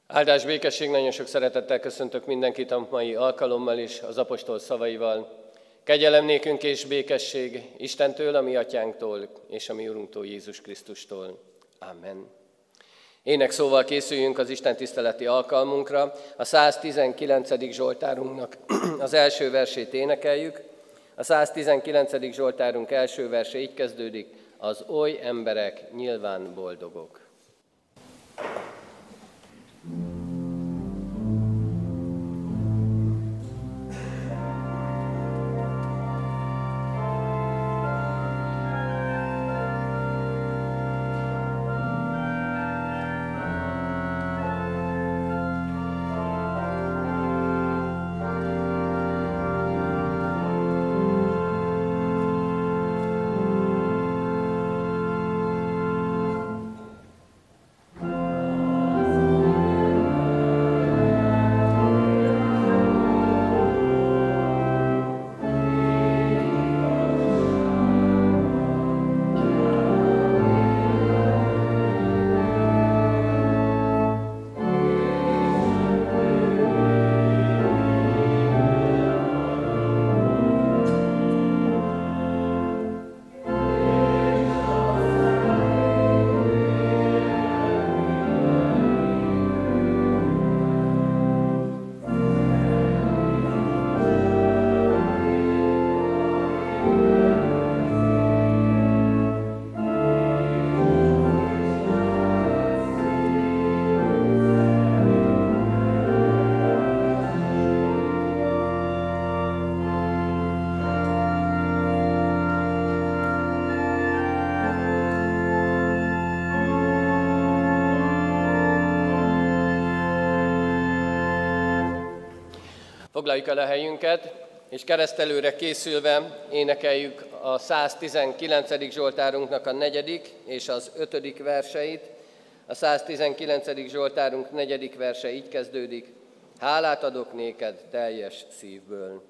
Áldás, békesség, nagyon sok szeretettel köszöntök mindenkit a mai alkalommal is, az apostol szavaival. Kegyelem nékünk és békesség Istentől, a mi atyánktól és a mi Urunktól, Jézus Krisztustól. Amen. Énekszóval készüljünk az Isten tiszteleti alkalmunkra. A 119. Zsoltárunknak az első versét énekeljük. A 119. Zsoltárunk első verse így kezdődik: az oly emberek nyilván boldogok. Foglaljuk el a helyünket, és keresztelőre készülve énekeljük a 119. Zsoltárunknak a 4. és az 5. verseit. A 119. Zsoltárunk 4. verse így kezdődik: hálát adok néked teljes szívből.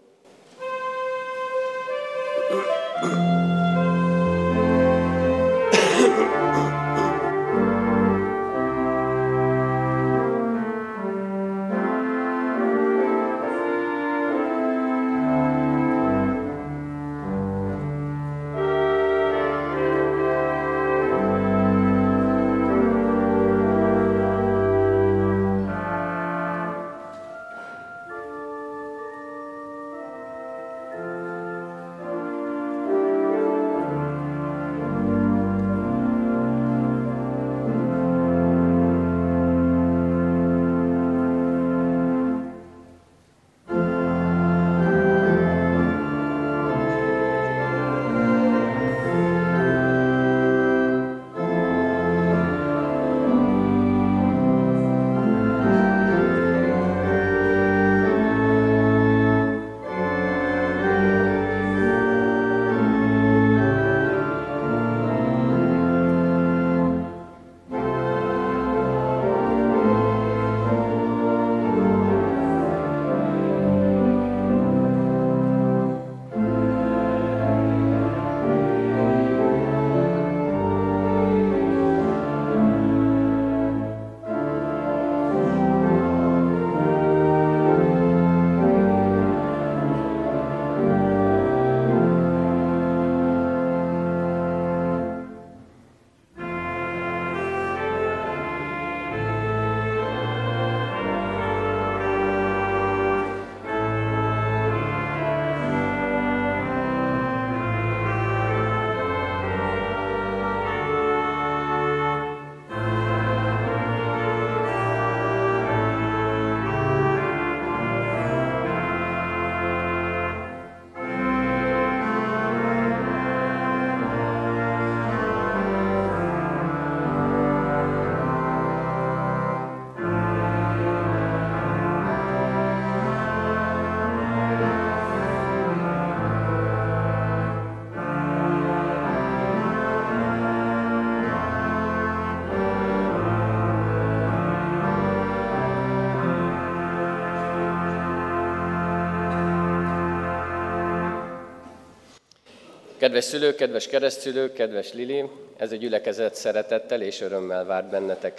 Kedves szülők, kedves keresztszülők, kedves Lili, ez a gyülekezet szeretettel és örömmel vár benneteket.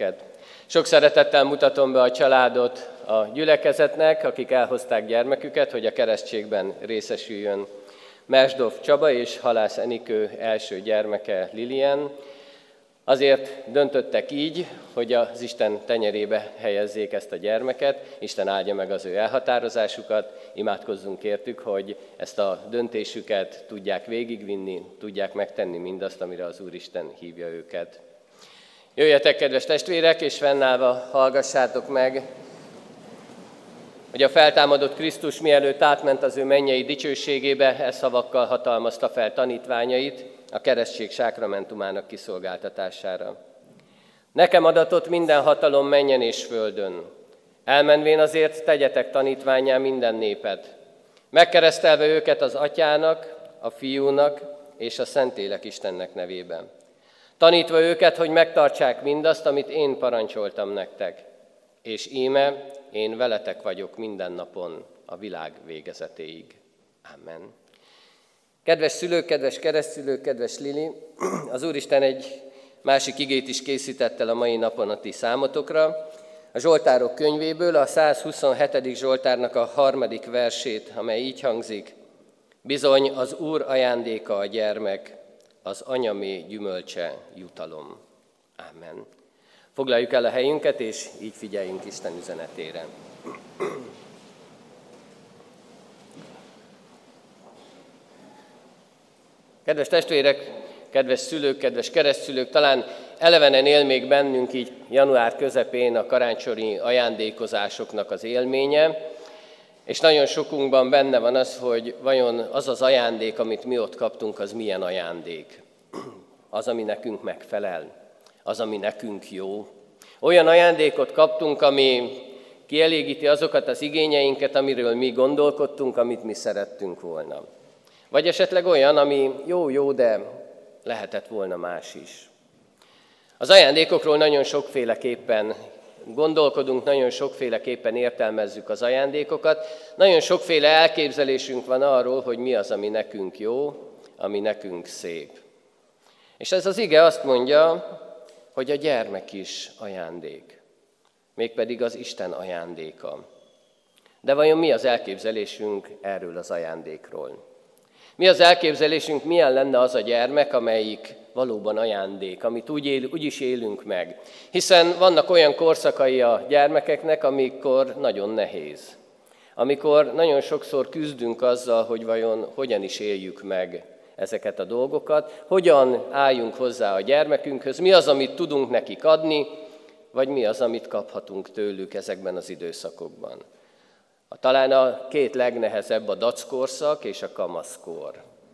Sok szeretettel mutatom be a családot a gyülekezetnek, akik elhozták gyermeküket, hogy a keresztségben részesüljön. Mersdorf Csaba és Halász Enikő első gyermeke Lilian. Azért döntöttek így, hogy az Isten tenyerébe helyezzék ezt a gyermeket. Isten áldja meg az ő elhatározásukat, imádkozzunk értük, hogy ezt a döntésüket tudják végigvinni, tudják megtenni mindazt, amire az Úristen hívja őket. Jöjjetek, kedves testvérek, és fennállva hallgassátok meg, hogy a feltámadott Krisztus mielőtt átment az ő mennyei dicsőségébe, e szavakkal hatalmazta fel tanítványait a keresztség sákramentumának kiszolgáltatására. Nekem adatott minden hatalom mennyen és földön. Elmenvén azért tegyetek tanítvánnyá minden népet, megkeresztelve őket az Atyának, a Fiúnak és a Szentlélek Istennek nevében. Tanítva őket, hogy megtartsák mindazt, amit én parancsoltam nektek. És íme, én veletek vagyok minden napon a világ végezetéig. Amen. Kedves szülők, kedves keresztszülők, kedves Lili, az Úristen egy másik igét is készített el a mai napon a ti számotokra. A Zsoltárok könyvéből a 127. Zsoltárnak a 3. versét, amely így hangzik. Bizony az Úr ajándéka a gyermek, az anyamé gyümölcse jutalom. Amen. Foglaljuk el a helyünket, és így figyeljünk Isten üzenetére. Kedves testvérek, kedves szülők, kedves keresztszülők, talán elevenen él még bennünk így január közepén a karácsonyi ajándékozásoknak az élménye, és nagyon sokunkban benne van az, hogy vajon az az ajándék, amit mi ott kaptunk, az milyen ajándék. Az, ami nekünk megfelel, az, ami nekünk jó. Olyan ajándékot kaptunk, ami kielégíti azokat az igényeinket, amiről mi gondolkodtunk, amit mi szerettünk volna. Vagy esetleg olyan, ami jó, de lehetett volna más is. Az ajándékokról nagyon sokféleképpen gondolkodunk, nagyon sokféleképpen értelmezzük az ajándékokat. Nagyon sokféle elképzelésünk van arról, hogy mi az, ami nekünk jó, ami nekünk szép. És ez az ige azt mondja, hogy a gyermek is ajándék, mégpedig az Isten ajándéka. De vajon mi az elképzelésünk erről az ajándékról? Mi az elképzelésünk, milyen lenne az a gyermek, amelyik valóban ajándék, amit úgy is élünk meg? Hiszen vannak olyan korszakai a gyermekeknek, amikor nagyon nehéz. Amikor nagyon sokszor küzdünk azzal, hogy vajon hogyan is éljük meg ezeket a dolgokat, hogyan álljunk hozzá a gyermekünkhöz, mi az, amit tudunk nekik adni, vagy mi az, amit kaphatunk tőlük ezekben az időszakokban. Talán a két legnehezebb a dackorszak és a kamaszkor.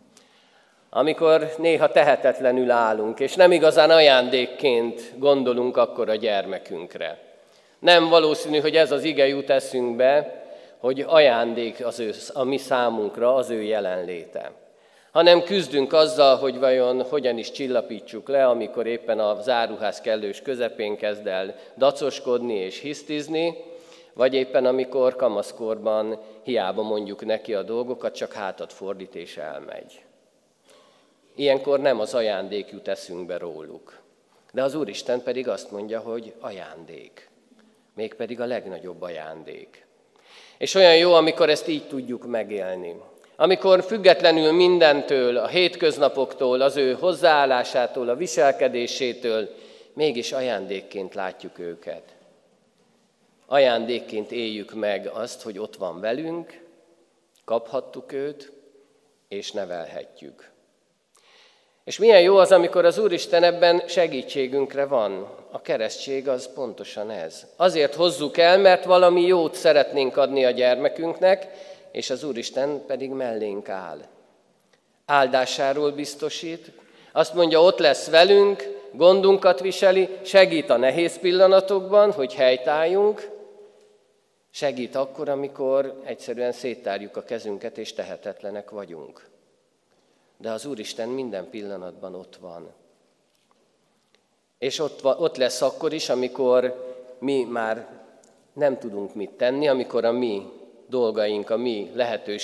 Amikor néha tehetetlenül állunk, és nem igazán ajándékként gondolunk akkor a gyermekünkre. Nem valószínű, hogy ez az ige jut eszünkbe, hogy ajándék a mi számunkra az ő jelenléte. Hanem küzdünk azzal, hogy vajon hogyan is csillapítsuk le, amikor éppen az áruház kellős közepén kezd el dacoskodni és hisztizni, vagy éppen amikor kamaszkorban hiába mondjuk neki a dolgokat, csak hátat fordít és elmegy. Ilyenkor nem az ajándék jut eszünkbe róluk. De az Úristen pedig azt mondja, hogy ajándék. Mégpedig a legnagyobb ajándék. És olyan jó, amikor ezt így tudjuk megélni. Amikor függetlenül mindentől, a hétköznapoktól, az ő hozzáállásától, a viselkedésétől, mégis ajándékként látjuk őket. Ajándékként éljük meg azt, hogy ott van velünk, kaphattuk őt, és nevelhetjük. És milyen jó az, amikor az Úristen ebben segítségünkre van. A keresztség az pontosan ez. Azért hozzuk el, mert valami jót szeretnénk adni a gyermekünknek, és az Úristen pedig mellénk áll. Áldásáról biztosít, azt mondja, ott lesz velünk, gondunkat viseli, segít a nehéz pillanatokban, hogy helytálljunk, segít akkor, amikor egyszerűen széttárjuk a kezünket, és tehetetlenek vagyunk. De az Úristen minden pillanatban ott van. És ott lesz akkor is, amikor mi már nem tudunk mit tenni, amikor a mi dolgaink, a mi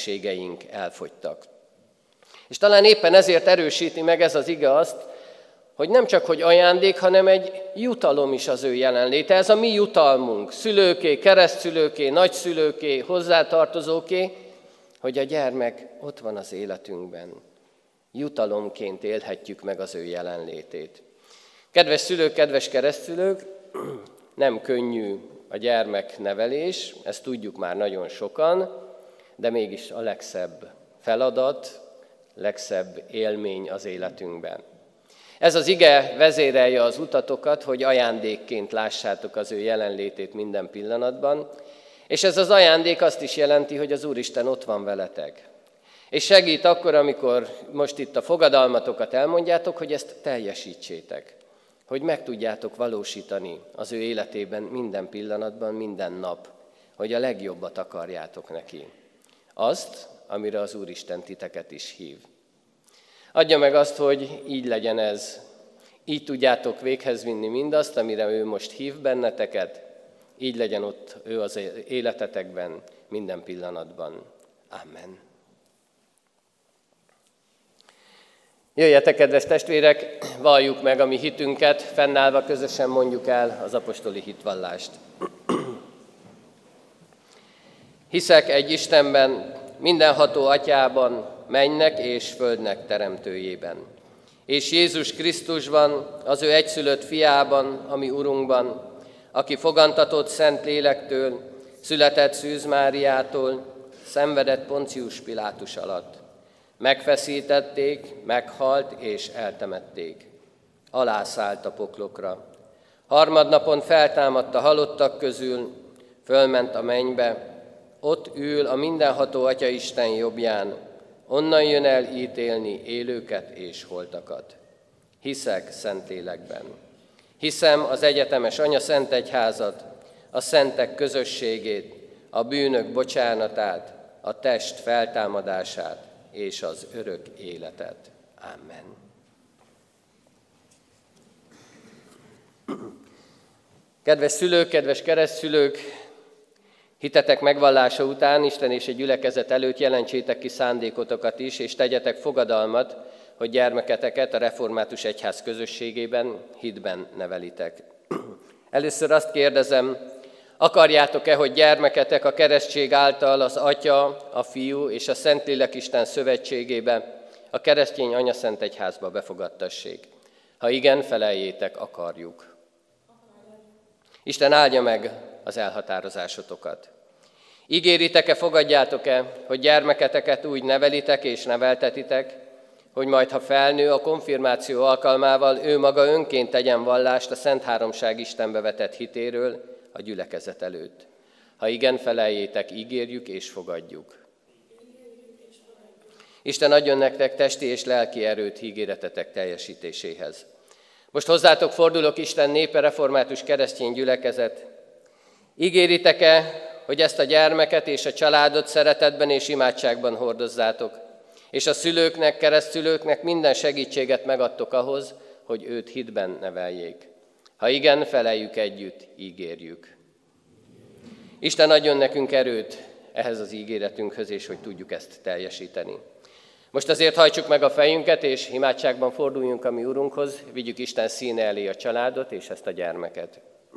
lehetőségeink elfogytak. És talán éppen ezért erősíti meg ez az ige azt, hogy nem csak hogy ajándék, hanem egy jutalom is az ő jelenléte. Ez a mi jutalmunk, szülőké, keresztszülőké, nagyszülőké, hozzátartozóké, hogy a gyermek ott van az életünkben. Jutalomként élhetjük meg az ő jelenlétét. Kedves szülők, kedves keresztszülők, nem könnyű a gyermeknevelés, ezt tudjuk már nagyon sokan, de mégis a legszebb feladat, legszebb élmény az életünkben. Ez az ige vezérelje az utatokat, hogy ajándékként lássátok az ő jelenlétét minden pillanatban, és ez az ajándék azt is jelenti, hogy az Úristen ott van veletek. És segít akkor, amikor most itt a fogadalmatokat elmondjátok, hogy ezt teljesítsétek, hogy meg tudjátok valósítani az ő életében minden pillanatban, minden nap, hogy a legjobbat akarjátok neki. Azt, amire az Úristen titeket is hív. Adja meg azt, hogy így legyen ez. Így tudjátok véghez vinni mindazt, amire ő most hív benneteket, így legyen ott ő az életetekben minden pillanatban. Amen. Jöjjetek, kedves testvérek, valljuk meg a mi hitünket, fennállva közösen mondjuk el az apostoli hitvallást. Hiszek egy Istenben, mindenható Atyában, mennynek és földnek teremtőjében, és Jézus Krisztusban, az ő egyszülött fiában, a mi Urunkban, aki fogantatott Szent Lélektől, született Szűz Máriától, szenvedett Poncius Pilátus alatt. Megfeszítették, meghalt és eltemették. Alászállt a poklokra. Harmadnapon feltámadt a halottak közül, fölment a mennybe, ott ül a mindenható Atya Isten jobbján, onnan jön el ítélni élőket és holtakat. Hiszek Szentlélekben. Hiszem az egyetemes Anya Szent Egyházat, a szentek közösségét, a bűnök bocsánatát, a test feltámadását és az örök életet. Amen. Kedves szülők, kedves keresztszülők, hitetek megvallása után Isten és egy gyülekezet előtt jelentsétek ki szándékotokat is, és tegyetek fogadalmat, hogy gyermeketeket a református egyház közösségében, hitben nevelitek. Először azt kérdezem, akarjátok-e, hogy gyermeketek a keresztség által az Atya, a Fiú és a Szentlélek Isten szövetségébe, a keresztény Anya Szent Egyházba befogadtassék? Ha igen, feleljétek, akarjuk. Isten áldja meg az elhatározásotokat. Ígéritek-e, fogadjátok-e, hogy gyermeketeket úgy nevelitek és neveltetitek, hogy majd, ha felnő, a konfirmáció alkalmával ő maga önként tegyen vallást a Szent Háromság Istenbe vetett hitéről a gyülekezet előtt? Ha igen, feleljétek, ígérjük és fogadjuk. Isten adjon nektek testi és lelki erőt ígéretetek teljesítéséhez. Most hozzátok fordulok, Isten népe, református keresztény gyülekezet. Ígéritek-e, hogy ezt a gyermeket és a családot szeretetben és imádságban hordozzátok, és a szülőknek, keresztszülőknek minden segítséget megadtok ahhoz, hogy őt hitben neveljék? Ha igen, feleljük együtt, ígérjük. Isten adjon nekünk erőt ehhez az ígéretünkhöz, és hogy tudjuk ezt teljesíteni. Most azért hajtsuk meg a fejünket, és imádságban forduljunk a mi Urunkhoz, vigyük Isten színe elé a családot és ezt a gyermeket.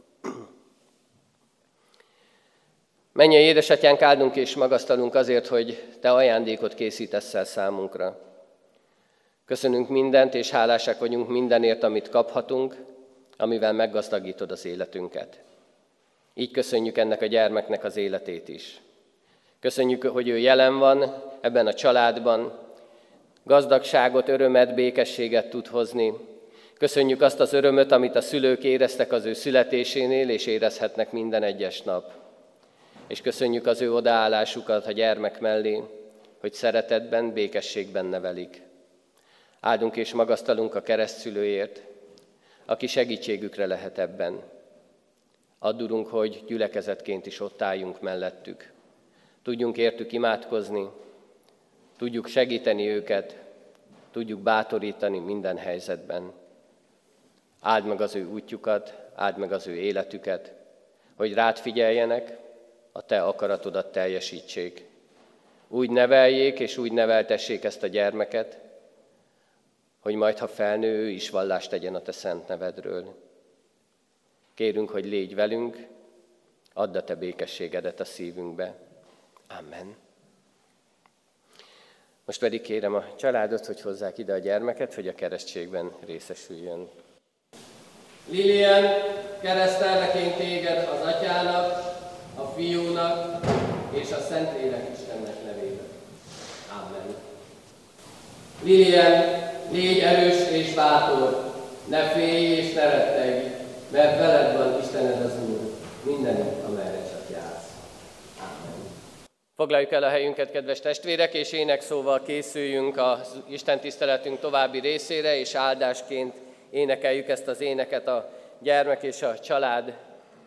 Mennyei édesatyánk, áldunk és magasztalunk azért, hogy te ajándékot készítesz el számunkra. Köszönünk mindent, és hálásak vagyunk mindenért, amit kaphatunk, amivel meggazdagítod az életünket. Így köszönjük ennek a gyermeknek az életét is. Köszönjük, hogy ő jelen van ebben a családban, gazdagságot, örömet, békességet tud hozni. Köszönjük azt az örömöt, amit a szülők éreztek az ő születésénél, és érezhetnek minden egyes nap. És köszönjük az ő odaállásukat a gyermek mellé, hogy szeretetben, békességben nevelik. Áldunk és magasztalunk a keresztszülőért, aki segítségükre lehet ebben. Add, Urunk, hogy gyülekezetként is ott álljunk mellettük. Tudjunk értük imádkozni, tudjuk segíteni őket, tudjuk bátorítani minden helyzetben. Áld meg az ő útjukat, áld meg az ő életüket, hogy rád figyeljenek, a te akaratodat teljesítsék. Úgy neveljék és úgy neveltessék ezt a gyermeket, hogy majd, ha felnő, ő is vallást tegyen a te szent nevedről. Kérünk, hogy légy velünk, add a te békességedet a szívünkbe. Amen. Most pedig kérem a családot, hogy hozzák ide a gyermeket, hogy a keresztségben részesüljön. Lilian, keresztelnek én téged az Atyának, a Fiúnak és a Szentlélek Istennek nevében. Amen. Lilian, légy erős és bátor, ne félj és ne rettegj, mert veled van Istened az Úr, mindenütt, amerre csak jársz. Amen. Foglaljuk el a helyünket, kedves testvérek, és énekszóval készüljünk az Isten tiszteletünk további részére, és áldásként énekeljük ezt az éneket a gyermek és a család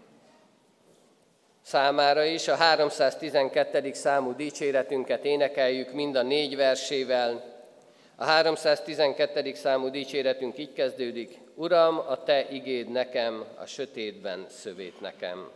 számára is. A 312. számú dicséretünket énekeljük mind a 4 versével. A 312. számú dicséretünk így kezdődik: Uram, a te igéd nekem, a sötétben szövét nekem.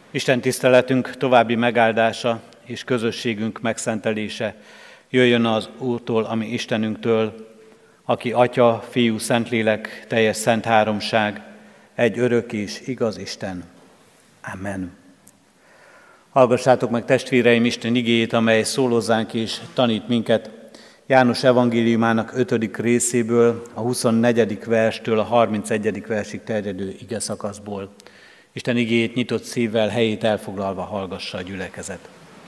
Isten tiszteletünk további megáldása és közösségünk megszentelése jöjjön az Úrtól, ami Istenünktől, aki Atya, Fiú, Szentlélek, teljes szent háromság, egy örök és igaz Isten. Amen. Hallgassátok meg, testvéreim, Isten igéjét, amely szól hozzánk és tanít minket János evangéliumának 5. részéből, a 24. verstől a 31. versig terjedő ige szakaszból. Isten igéjét nyitott szívvel, helyét elfoglalva hallgassa a gyülekezet.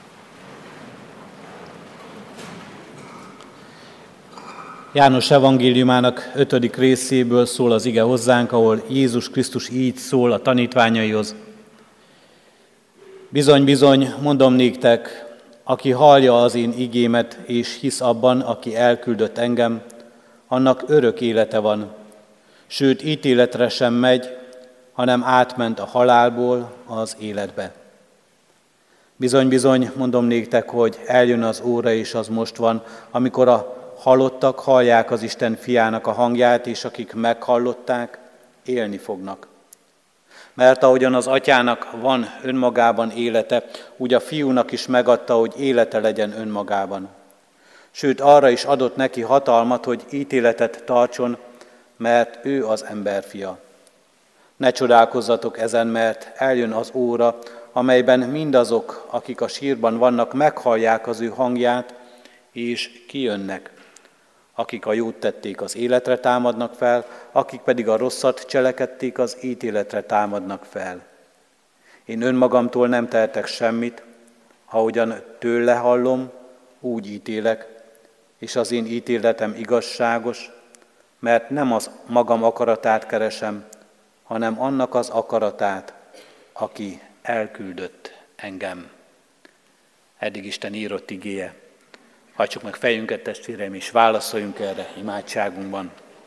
János evangéliumának 5. részéből szól az ige hozzánk, ahol Jézus Krisztus így szól a tanítványaihoz. Bizony, bizony, mondom néktek, aki hallja az én igémet, és hisz abban, aki elküldött engem, annak örök élete van, sőt, ítéletre sem megy, hanem átment a halálból az életbe. Bizony, bizony, mondom néktek, hogy eljön az óra, és az most van, amikor a halottak hallják az Isten fiának a hangját, és akik meghallották, élni fognak. Mert ahogyan az atyának van önmagában élete, úgy a fiúnak is megadta, hogy élete legyen önmagában. Sőt, arra is adott neki hatalmat, hogy ítéletet tartson, mert ő az emberfia. Ne csodálkozzatok ezen, mert eljön az óra, amelyben mindazok, akik a sírban vannak, meghallják az ő hangját, és kijönnek. Akik a jót tették, az életre támadnak fel, akik pedig a rosszat cselekedték, az ítéletre támadnak fel. Én önmagamtól nem tehetek semmit, ahogyan tőle hallom, úgy ítélek, és az én ítéletem igazságos, mert nem az magam akaratát keresem, hanem annak az akaratát, aki elküldött engem. Eddig Isten írott igéje. Hajtsuk meg fejünket, testvéreim, és válaszoljunk erre imádságunkban.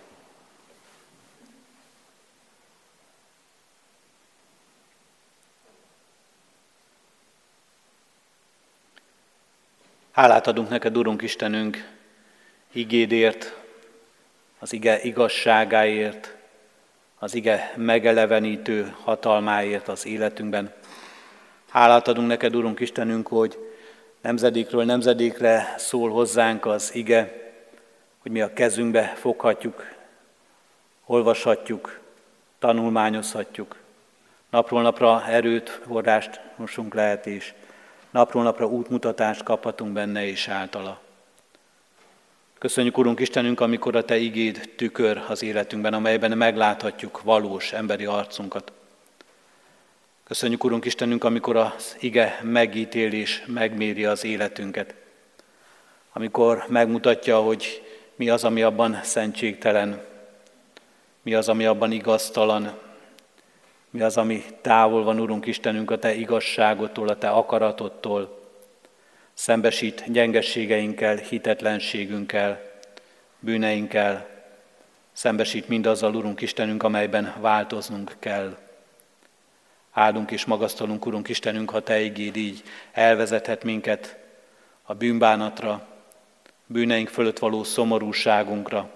Hálát adunk neked, Urunk Istenünk, igédért, az ige igazságáért, az ige megelevenítő hatalmáért az életünkben. Hálát adunk neked, Urunk Istenünk, hogy nemzedékről nemzedékre szól hozzánk az ige, hogy mi a kezünkbe foghatjuk, olvashatjuk, tanulmányozhatjuk. Napról napra erőt, forrást mosunk lehet, és napról napra útmutatást kaphatunk benne és általa. Köszönjük, Urunk Istenünk, amikor a Te igéd tükör az életünkben, amelyben megláthatjuk valós emberi arcunkat. Köszönjük, Urunk Istenünk, amikor az ige megítél és megméri az életünket. Amikor megmutatja, hogy mi az, ami abban szentségtelen, mi az, ami abban igaztalan, mi az, ami távol van, Urunk Istenünk, a Te igazságodtól, a Te akaratodtól. Szembesít gyengességeinkkel, hitetlenségünkkel, bűneinkkel, szembesít mindazzal, Urunk Istenünk, amelyben változnunk kell. Áldunk és magasztalunk, Urunk Istenünk, ha Te igéd így elvezethet minket a bűnbánatra, bűneink fölött való szomorúságunkra.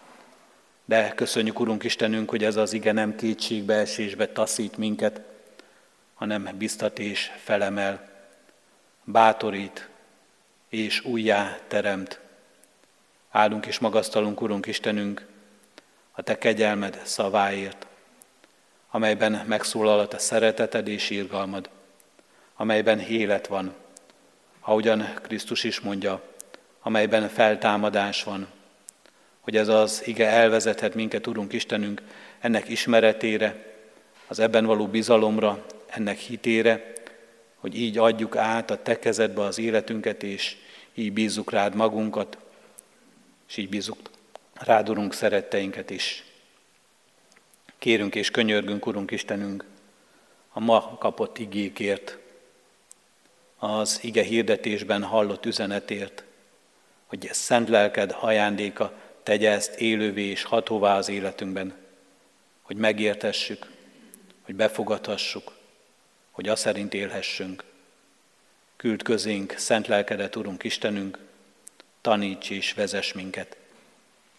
De köszönjük, Urunk Istenünk, hogy ez az ige nem kétségbeesésbe taszít minket, hanem biztat és felemel, bátorít és újjá teremt. Áldunk és magasztalunk, Urunk Istenünk, a Te kegyelmed szaváért, amelyben megszólal a Te szereteted és irgalmad, amelyben élet van, ahogyan Krisztus is mondja, amelyben feltámadás van, hogy ez az ige elvezethet minket, Urunk Istenünk, ennek ismeretére, az ebben való bizalomra, ennek hitére, hogy így adjuk át a Te kezedbe az életünket, és így bízzuk rád magunkat, és így bízzuk rád, Urunk, szeretteinket is. Kérünk és könyörgünk, Urunk Istenünk, a ma kapott igékért, az ige hirdetésben hallott üzenetért, hogy szent lelked ajándéka tegye ezt élővé és hatóvá az életünkben, hogy megértessük, hogy befogadhassuk, hogy azt szerint élhessünk. Küld közénk szent lelkedet, Urunk Istenünk, taníts és vezess minket.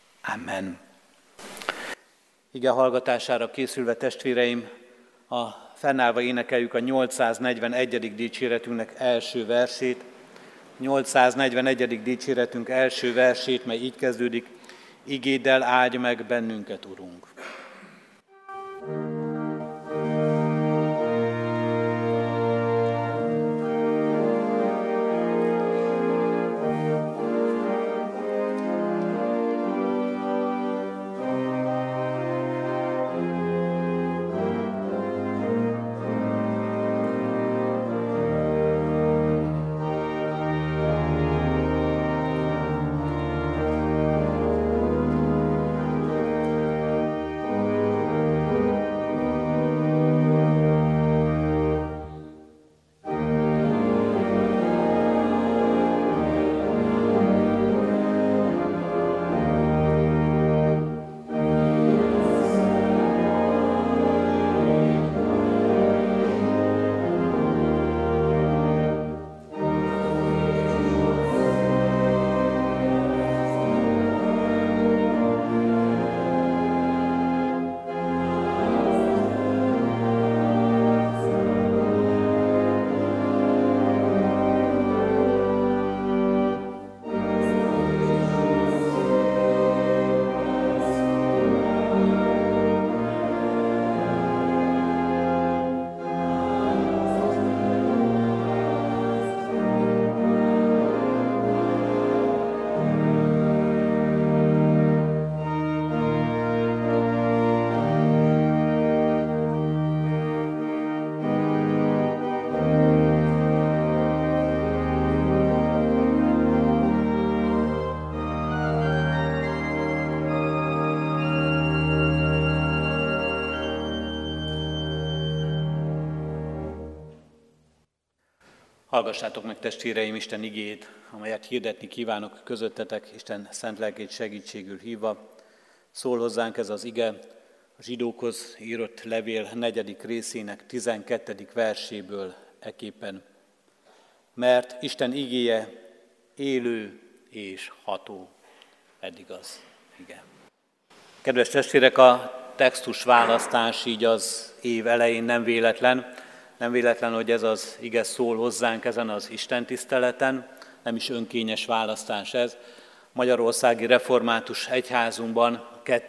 Amen. Ige hallgatására készülve, testvéreim, a fennállva énekeljük a 841. dicséretünknek első versét. 841. dicséretünk első versét, mely így kezdődik: igéddel áldj meg bennünket, Urunk. Hallgassátok meg, testvéreim, Isten igéjét, amelyet hirdetni kívánok közöttetek, Isten szent lelkét segítségül hívva. Szól hozzánk ez az ige a zsidókhoz írott levél 4. részének 12. verséből eképpen. Mert Isten igéje élő és ható. Eddig az ige. Kedves testvérek, a textus választás így az év elején nem véletlen. Nem véletlen, hogy ez az ige szól hozzánk ezen az istentiszteleten, nem is önkényes választás ez. Magyarországi Református Egyházunkban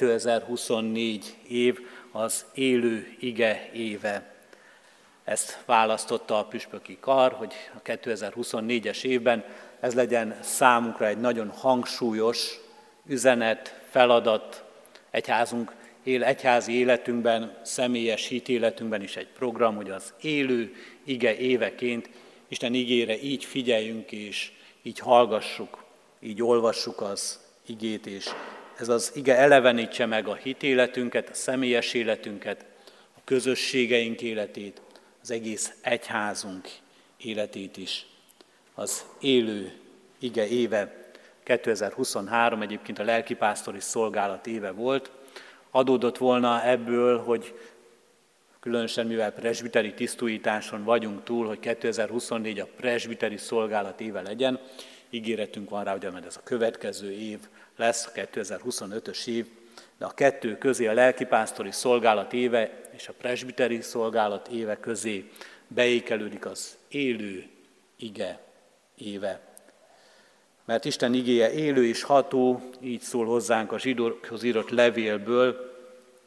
2024 év az élő ige éve. Ezt választotta a püspöki kar, hogy a 2024-es évben ez legyen számunkra egy nagyon hangsúlyos üzenet, feladat, egyházi életünkben, személyes hitéletünkben is egy program, hogy az élő ige éveként Isten igére így figyeljünk és így hallgassuk, így olvassuk az igét, és ez az ige elevenítse meg a hitéletünket, a személyes életünket, a közösségeink életét, az egész egyházunk életét is. Az élő ige éve 2023 egyébként a lelkipásztori szolgálat éve volt. Adódott volna ebből, hogy különösen mivel presbiteri tisztújításon vagyunk túl, hogy 2024 a presbiteri szolgálat éve legyen. Ígéretünk van rá, hogy ez a következő év lesz, a 2025-ös év, de a kettő közé, a lelkipásztori szolgálat éve és a presbiteri szolgálat éve közé beékelődik az élő ige éve. Mert Isten igéje élő és ható, így szól hozzánk a zsidókhoz írott levélből,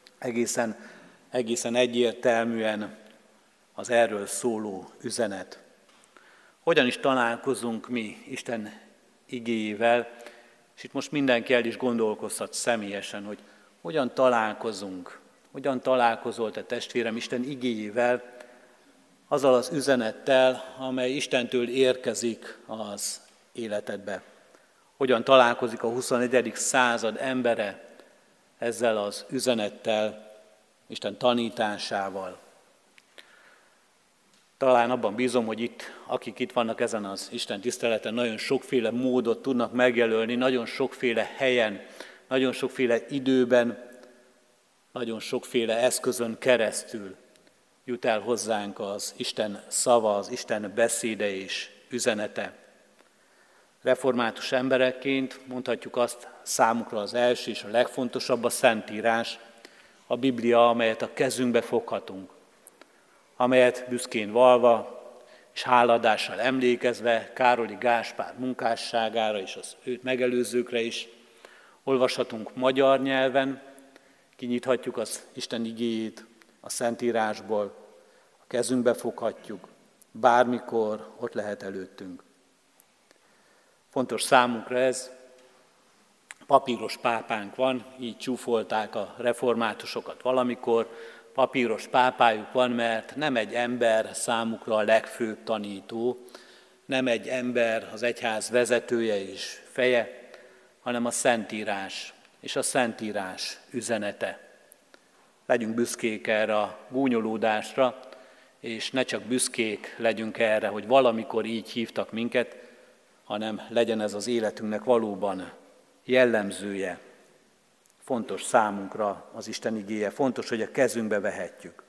egészen egyértelműen az erről szóló üzenet. Hogyan is találkozunk mi Isten igéjével, és itt most mindenki el is gondolkozhat személyesen, hogy hogyan találkozunk, hogyan találkozol te testvérem Isten igéjével, azzal az üzenettel, amely Istentől érkezik az életedbe. Hogyan találkozik a 21. század embere ezzel az üzenettel, Isten tanításával. Talán abban bízom, hogy akik itt vannak ezen az Isten tiszteleten, nagyon sokféle módot tudnak megjelölni, nagyon sokféle helyen, nagyon sokféle időben, nagyon sokféle eszközön keresztül jut el hozzánk az Isten szava, az Isten beszéde és üzenete. Református emberekként mondhatjuk azt, számukra az első és a legfontosabb a Szentírás, a Biblia, amelyet a kezünkbe foghatunk. amelyet büszkén valva és háladással emlékezve Károli Gáspár munkásságára és az őt megelőzőkre is olvashatunk magyar nyelven, kinyithatjuk az Isten igéjét a Szentírásból, a kezünkbe foghatjuk, bármikor ott lehet előttünk. Fontos számunkra ez, papíros pápánk van, így csúfolták a reformátusokat valamikor, papíros pápájuk van, mert nem egy ember számukra a legfőbb tanító, nem egy ember az egyház vezetője és feje, hanem a Szentírás és a Szentírás üzenete. Legyünk büszkék erre a gúnyolódásra, és ne csak büszkék legyünk erre, hogy valamikor így hívtak minket, hanem legyen ez az életünknek valóban jellemzője. Fontos számunkra az Isten igéje, fontos, hogy a kezünkbe vehetjük.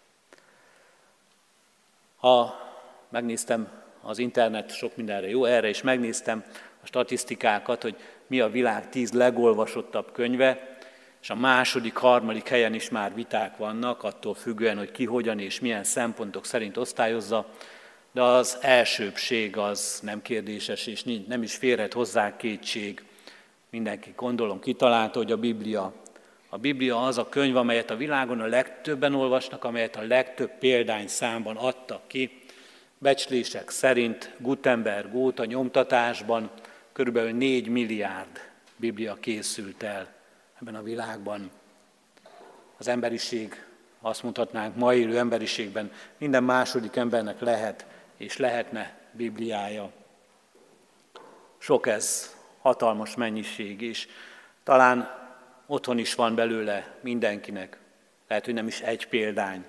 Ha megnéztem az internet, sok mindenre jó, erre is megnéztem a statisztikákat, hogy mi a világ 10 legolvasottabb könyve, és a második, harmadik helyen is már viták vannak, attól függően, hogy ki, hogyan és milyen szempontok szerint osztályozza, de az elsőbbség az nem kérdéses, és nem is férhet hozzá kétség. Mindenki, gondolom, kitalálta, hogy a Biblia. A Biblia az a könyv, amelyet a világon a legtöbben olvasnak, amelyet a legtöbb példányszámban adtak ki. Becslések szerint Gutenberg óta nyomtatásban kb. 4 milliárd Biblia készült el ebben a világban. Az emberiség, azt mondhatnánk, ma élő emberiségben minden második embernek lehet és lehetne Bibliája. Sok ez, hatalmas mennyiség, és talán otthon is van belőle mindenkinek. Lehet, hogy nem is egy példány.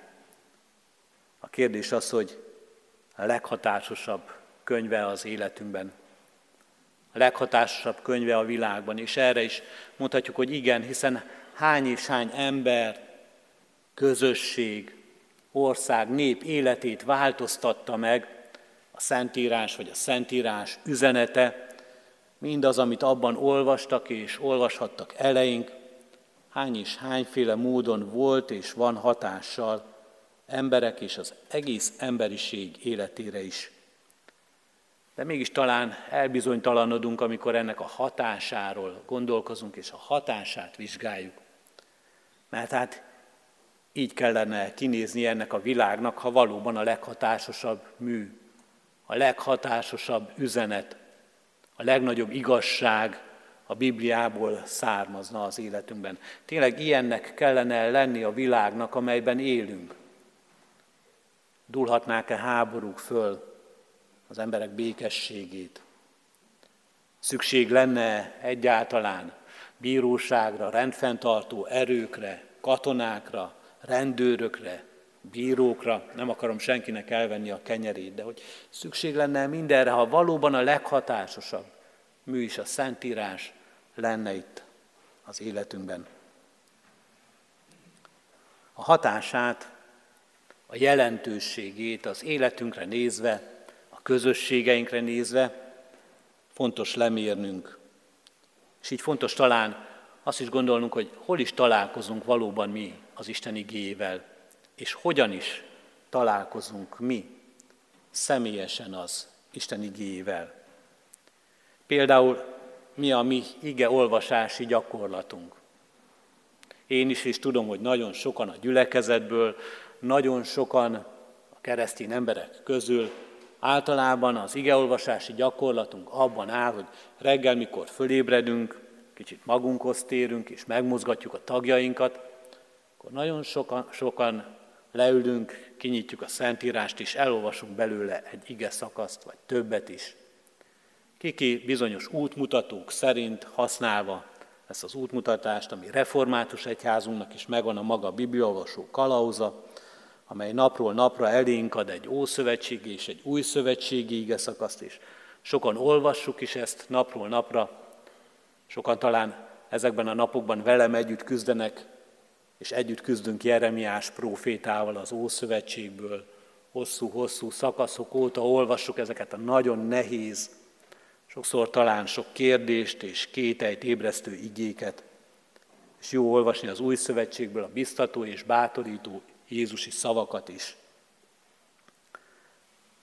A kérdés az, hogy a leghatásosabb könyve az életünkben. A leghatásosabb könyve a világban, és erre is mondhatjuk, hogy igen, hiszen hány és hány ember, közösség, ország, nép életét változtatta meg a Szentírás vagy a Szentírás üzenete, mindaz, amit abban olvastak és olvashattak eleink, hány és hányféle módon volt és van hatással emberek és az egész emberiség életére is. De mégis talán elbizonytalanodunk, amikor ennek a hatásáról gondolkozunk és a hatását vizsgáljuk. Mert hát így kellene kinézni ennek a világnak, ha valóban a leghatásosabb mű, a leghatásosabb üzenet, a legnagyobb igazság a Bibliából származna az életünkben. Tényleg ilyennek kellene lenni a világnak, amelyben élünk. Dúlhatnák-e háborúk föl az emberek békességét? Szükség lenne egyáltalán bíróságra, rendfenntartó erőkre, katonákra, rendőrökre, bírókra, nem akarom senkinek elvenni a kenyerét, de hogy szükség lenne mindenre, ha valóban a leghatásosabb mű is a Szentírás lenne itt az életünkben. A hatását, a jelentőségét az életünkre nézve, a közösségeinkre nézve fontos lemérnünk. És így fontos talán azt is gondolnunk, hogy hol is találkozunk valóban mi az Isten igéjével, és hogyan is találkozunk mi személyesen az Isten igéjével. Például mi a mi ige olvasási gyakorlatunk. Én is tudom, hogy nagyon sokan a gyülekezetből, nagyon sokan a keresztény emberek közül általában az igeolvasási gyakorlatunk abban áll, hogy reggel, mikor fölébredünk, kicsit magunkhoz térünk és megmozgatjuk a tagjainkat, akkor nagyon sokan leülünk, kinyitjuk a Szentírást és elolvasunk belőle egy ige szakaszt, vagy többet is. Kiki bizonyos útmutatók szerint használva ezt az útmutatást, ami református egyházunknak is megvan a maga bibliaolvasó kalauza, amely napról napra elénk ad egy ószövetségi és egy új szövetségi ige szakaszt is. Sokan olvassuk is ezt napról napra, sokan talán ezekben a napokban velem együtt küzdenek, és együtt küzdünk Jeremiás prófétával az Ószövetségből. Hosszú-hosszú szakaszok óta olvassuk ezeket a nagyon nehéz, sokszor talán sok kérdést és kételyt ébresztő igéket. És jó olvasni az Új Szövetségből a biztató és bátorító jézusi szavakat is.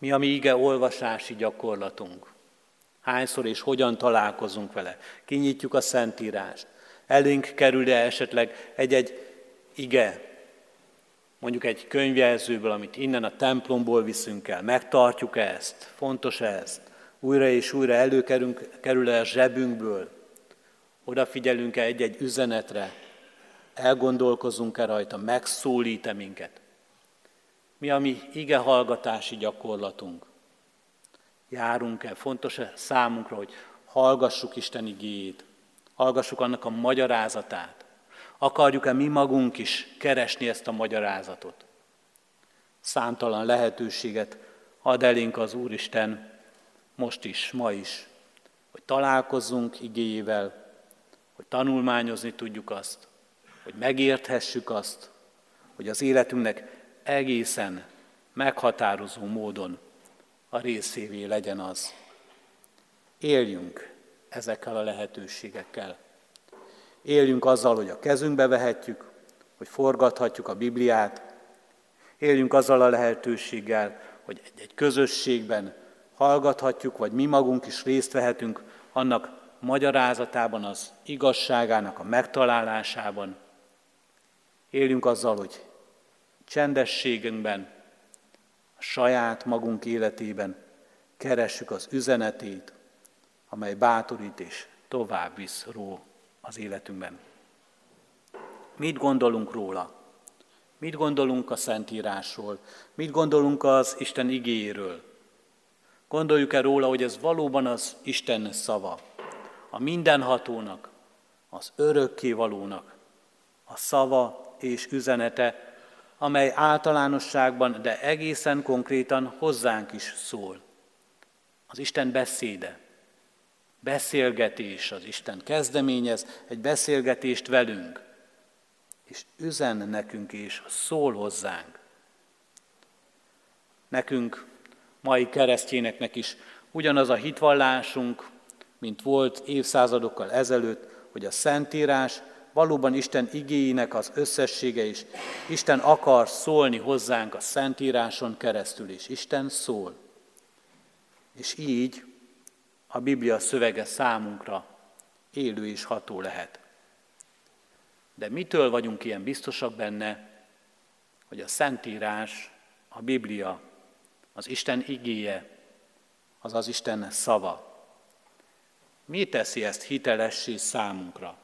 Mi a mi ige olvasási gyakorlatunk? Hányszor és hogyan találkozunk vele? Kinyitjuk a Szentírást. Elénk kerül-e esetleg egy-egy ige, mondjuk egy könyvjelzőből, amit innen a templomból viszünk el, megtartjuk ezt, fontos ez, újra és újra előkerül-e a zsebünkből, odafigyelünk-e egy-egy üzenetre, elgondolkozunk-e rajta, megszólít-e minket. Mi a mi ige hallgatási gyakorlatunk? Járunk-e, fontos-e számunkra, hogy hallgassuk Isten igéjét, hallgassuk annak a magyarázatát, akarjuk-e mi magunk is keresni ezt a magyarázatot? Számtalan lehetőséget ad elénk az Úristen most is, ma is, hogy találkozzunk igéjével, hogy tanulmányozni tudjuk azt, hogy megérthessük azt, hogy az életünknek egészen meghatározó módon a részévé legyen az. Éljünk ezekkel a lehetőségekkel. Éljünk azzal, hogy a kezünkbe vehetjük, hogy forgathatjuk a Bibliát. Éljünk azzal a lehetőséggel, hogy egy közösségben hallgathatjuk, vagy mi magunk is részt vehetünk annak magyarázatában, az igazságának a megtalálásában. Éljünk azzal, hogy csendességünkben, a saját magunk életében keressük az üzenetét, amely bátorít és tovább visz az életünkben. Mit gondolunk róla? Mit gondolunk a Szentírásról? Mit gondolunk az Isten igéjéről? Gondoljuk-e róla, hogy ez valóban az Isten szava, a mindenhatónak, az örökkévalónak a szava és üzenete, amely általánosságban, de egészen konkrétan hozzánk is szól. Az Isten beszéde, beszélgetés, az Isten kezdeményez egy beszélgetést velünk, és üzen nekünk és szól hozzánk. Nekünk, mai keresztényeknek is ugyanaz a hitvallásunk, mint volt évszázadokkal ezelőtt, hogy a Szentírás valóban Isten igéinek az összessége is. Isten akar szólni hozzánk a Szentíráson keresztül, és Isten szól. És így a Biblia szövege számunkra élő és ható lehet. De mitől vagyunk ilyen biztosak benne, hogy a Szentírás, a Biblia, az Isten igéje, az az Isten szava? Mi teszi ezt hitelessé számunkra?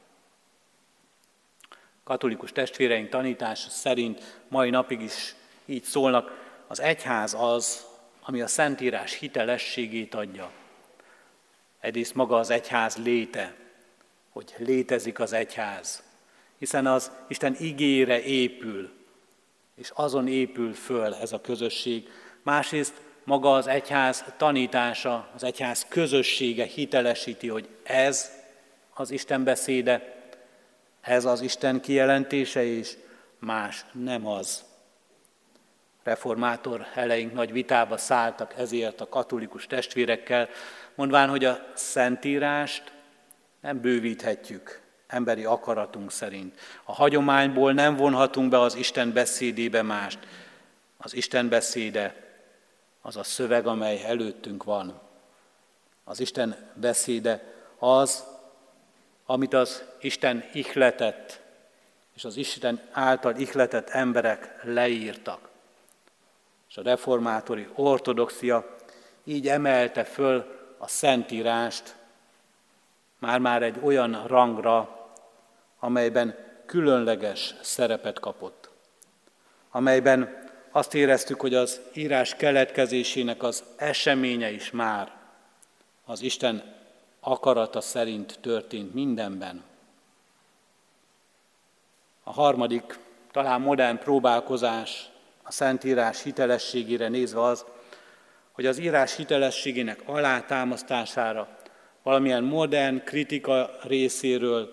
Katolikus testvéreink tanítása szerint mai napig is így szólnak, az egyház az, ami a Szentírás hitelességét adja. Egyrészt maga az egyház léte, hogy létezik az egyház, hiszen az Isten igéjére épül, és azon épül föl ez a közösség. Másrészt maga az egyház tanítása, az egyház közössége hitelesíti, hogy ez az Isten beszéde, ez az Isten kijelentése, és más nem az. Reformátor eleink nagy vitába szálltak ezért a katolikus testvérekkel, mondván, hogy a Szentírást nem bővíthetjük emberi akaratunk szerint. A hagyományból nem vonhatunk be az Isten beszédébe mást. Az Isten beszéde az a szöveg, amely előttünk van. Az Isten beszéde az, amit az Isten ihletett, és az Isten által ihletett emberek leírtak. És a reformátori ortodoxia így emelte föl a Szentírást már egy olyan rangra, amelyben különleges szerepet kapott. Amelyben azt éreztük, hogy az írás keletkezésének az eseménye is már az Isten akarata szerint történt mindenben. A harmadik, talán modern próbálkozás a Szentírás hitelességére nézve az, hogy az írás hitelességének alátámasztására valamilyen modern kritika részéről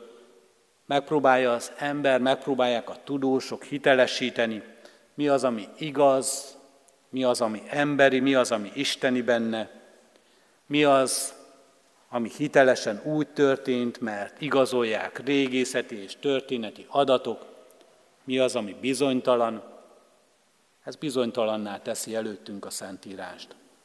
megpróbálják a tudósok hitelesíteni, mi az, ami igaz, mi az, ami emberi, mi az, ami isteni benne, mi az, ami hitelesen úgy történt, mert igazolják régészeti és történeti adatok, mi az, ami bizonytalan. Ez bizonytalanná teszi előttünk a Szentírást.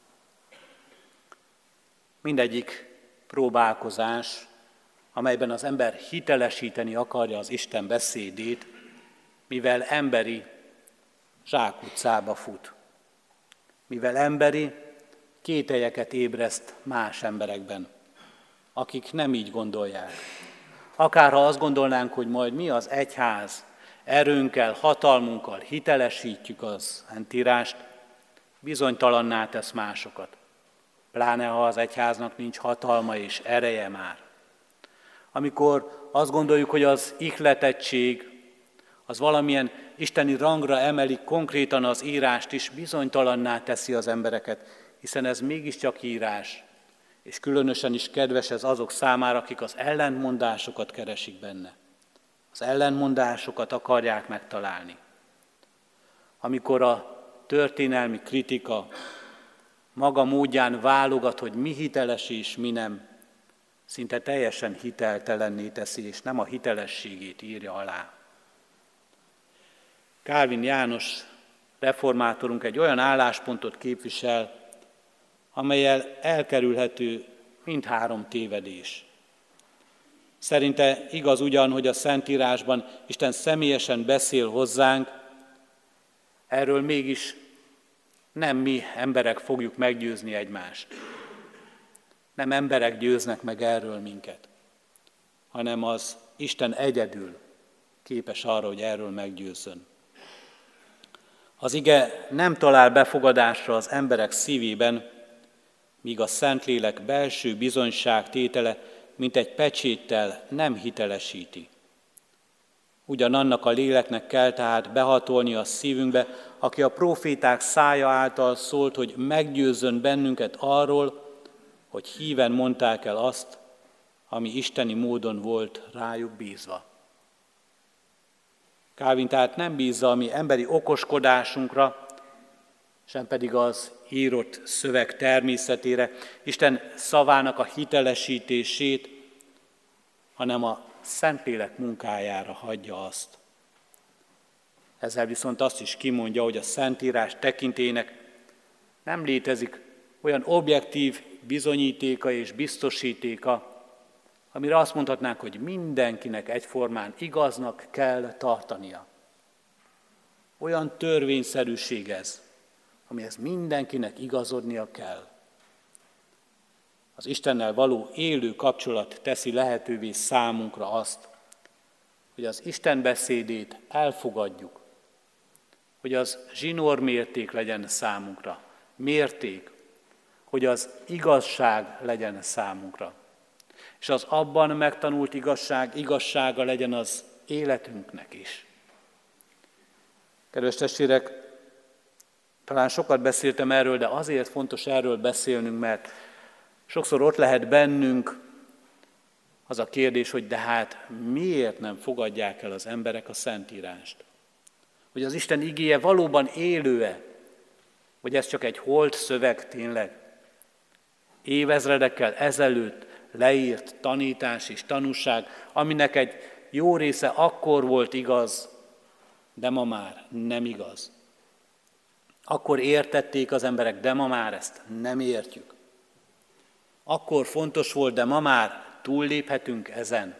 Mindegyik próbálkozás, amelyben az ember hitelesíteni akarja az Isten beszédét, mivel emberi, zsákutcába fut. Mivel emberi, kételyeket ébreszt más emberekben, akik nem így gondolják. Akárha azt gondolnánk, hogy majd mi az egyház, erőnkkel, hatalmunkkal hitelesítjük az Szentírást, bizonytalanná tesz másokat. Pláne, ha az egyháznak nincs hatalma és ereje már. Amikor azt gondoljuk, hogy az ihletettség, az valamilyen isteni rangra emeli konkrétan az írást is, bizonytalanná teszi az embereket, hiszen ez mégiscsak írás, és különösen is kedves ez azok számára, akik az ellentmondásokat keresik benne. Az ellentmondásokat akarják megtalálni. Amikor a történelmi kritika maga módján válogat, hogy mi hiteles és mi nem, szinte teljesen hiteltelenné teszi, és nem a hitelességét írja alá. Kálvin János reformátorunk egy olyan álláspontot képvisel, amellyel elkerülhető mindhárom tévedés. Szerinte igaz ugyan, hogy a Szentírásban Isten személyesen beszél hozzánk, erről mégis nem mi emberek fogjuk meggyőzni egymást. Nem emberek győznek meg erről minket, hanem az Isten egyedül képes arra, hogy erről meggyőzzön. Az ige nem talál befogadásra az emberek szívében, míg a Szentlélek belső bizonyságtétele, mint egy pecséttel nem hitelesíti. Ugyanannak a léleknek kell tehát behatolni a szívünkbe, aki a próféták szája által szólt, hogy meggyőzzön bennünket arról, hogy híven mondták el azt, ami isteni módon volt rájuk bízva. Kálvin tehát nem bízza a mi emberi okoskodásunkra, sem pedig az írott szöveg természetére, Isten szavának a hitelesítését, hanem a Szentlélek munkájára hagyja azt. Ezzel viszont azt is kimondja, hogy a Szentírás tekintélyének nem létezik olyan objektív bizonyítéka és biztosítéka, amire azt mondhatnánk, hogy mindenkinek egyformán igaznak kell tartania. Olyan törvényszerűség ez, amihez mindenkinek igazodnia kell. Az Istennel való élő kapcsolat teszi lehetővé számunkra azt, hogy az Isten beszédét elfogadjuk, hogy az zsinórmérték legyen számunkra, mérték, hogy az igazság legyen számunkra, és az abban megtanult igazság igazsága legyen az életünknek is. Kedves testvérek, talán sokat beszéltem erről, de azért fontos erről beszélnünk, mert sokszor ott lehet bennünk az a kérdés, hogy de hát miért nem fogadják el az emberek a Szentírást? Hogy az Isten igéje valóban élő-e? Vagy ez csak egy holt szöveg tényleg? Évezredekkel ezelőtt leírt tanítás és tanúság, aminek egy jó része akkor volt igaz, de ma már nem igaz. Akkor értették az emberek, de ma már ezt nem értjük. Akkor fontos volt, de ma már túlléphetünk ezen.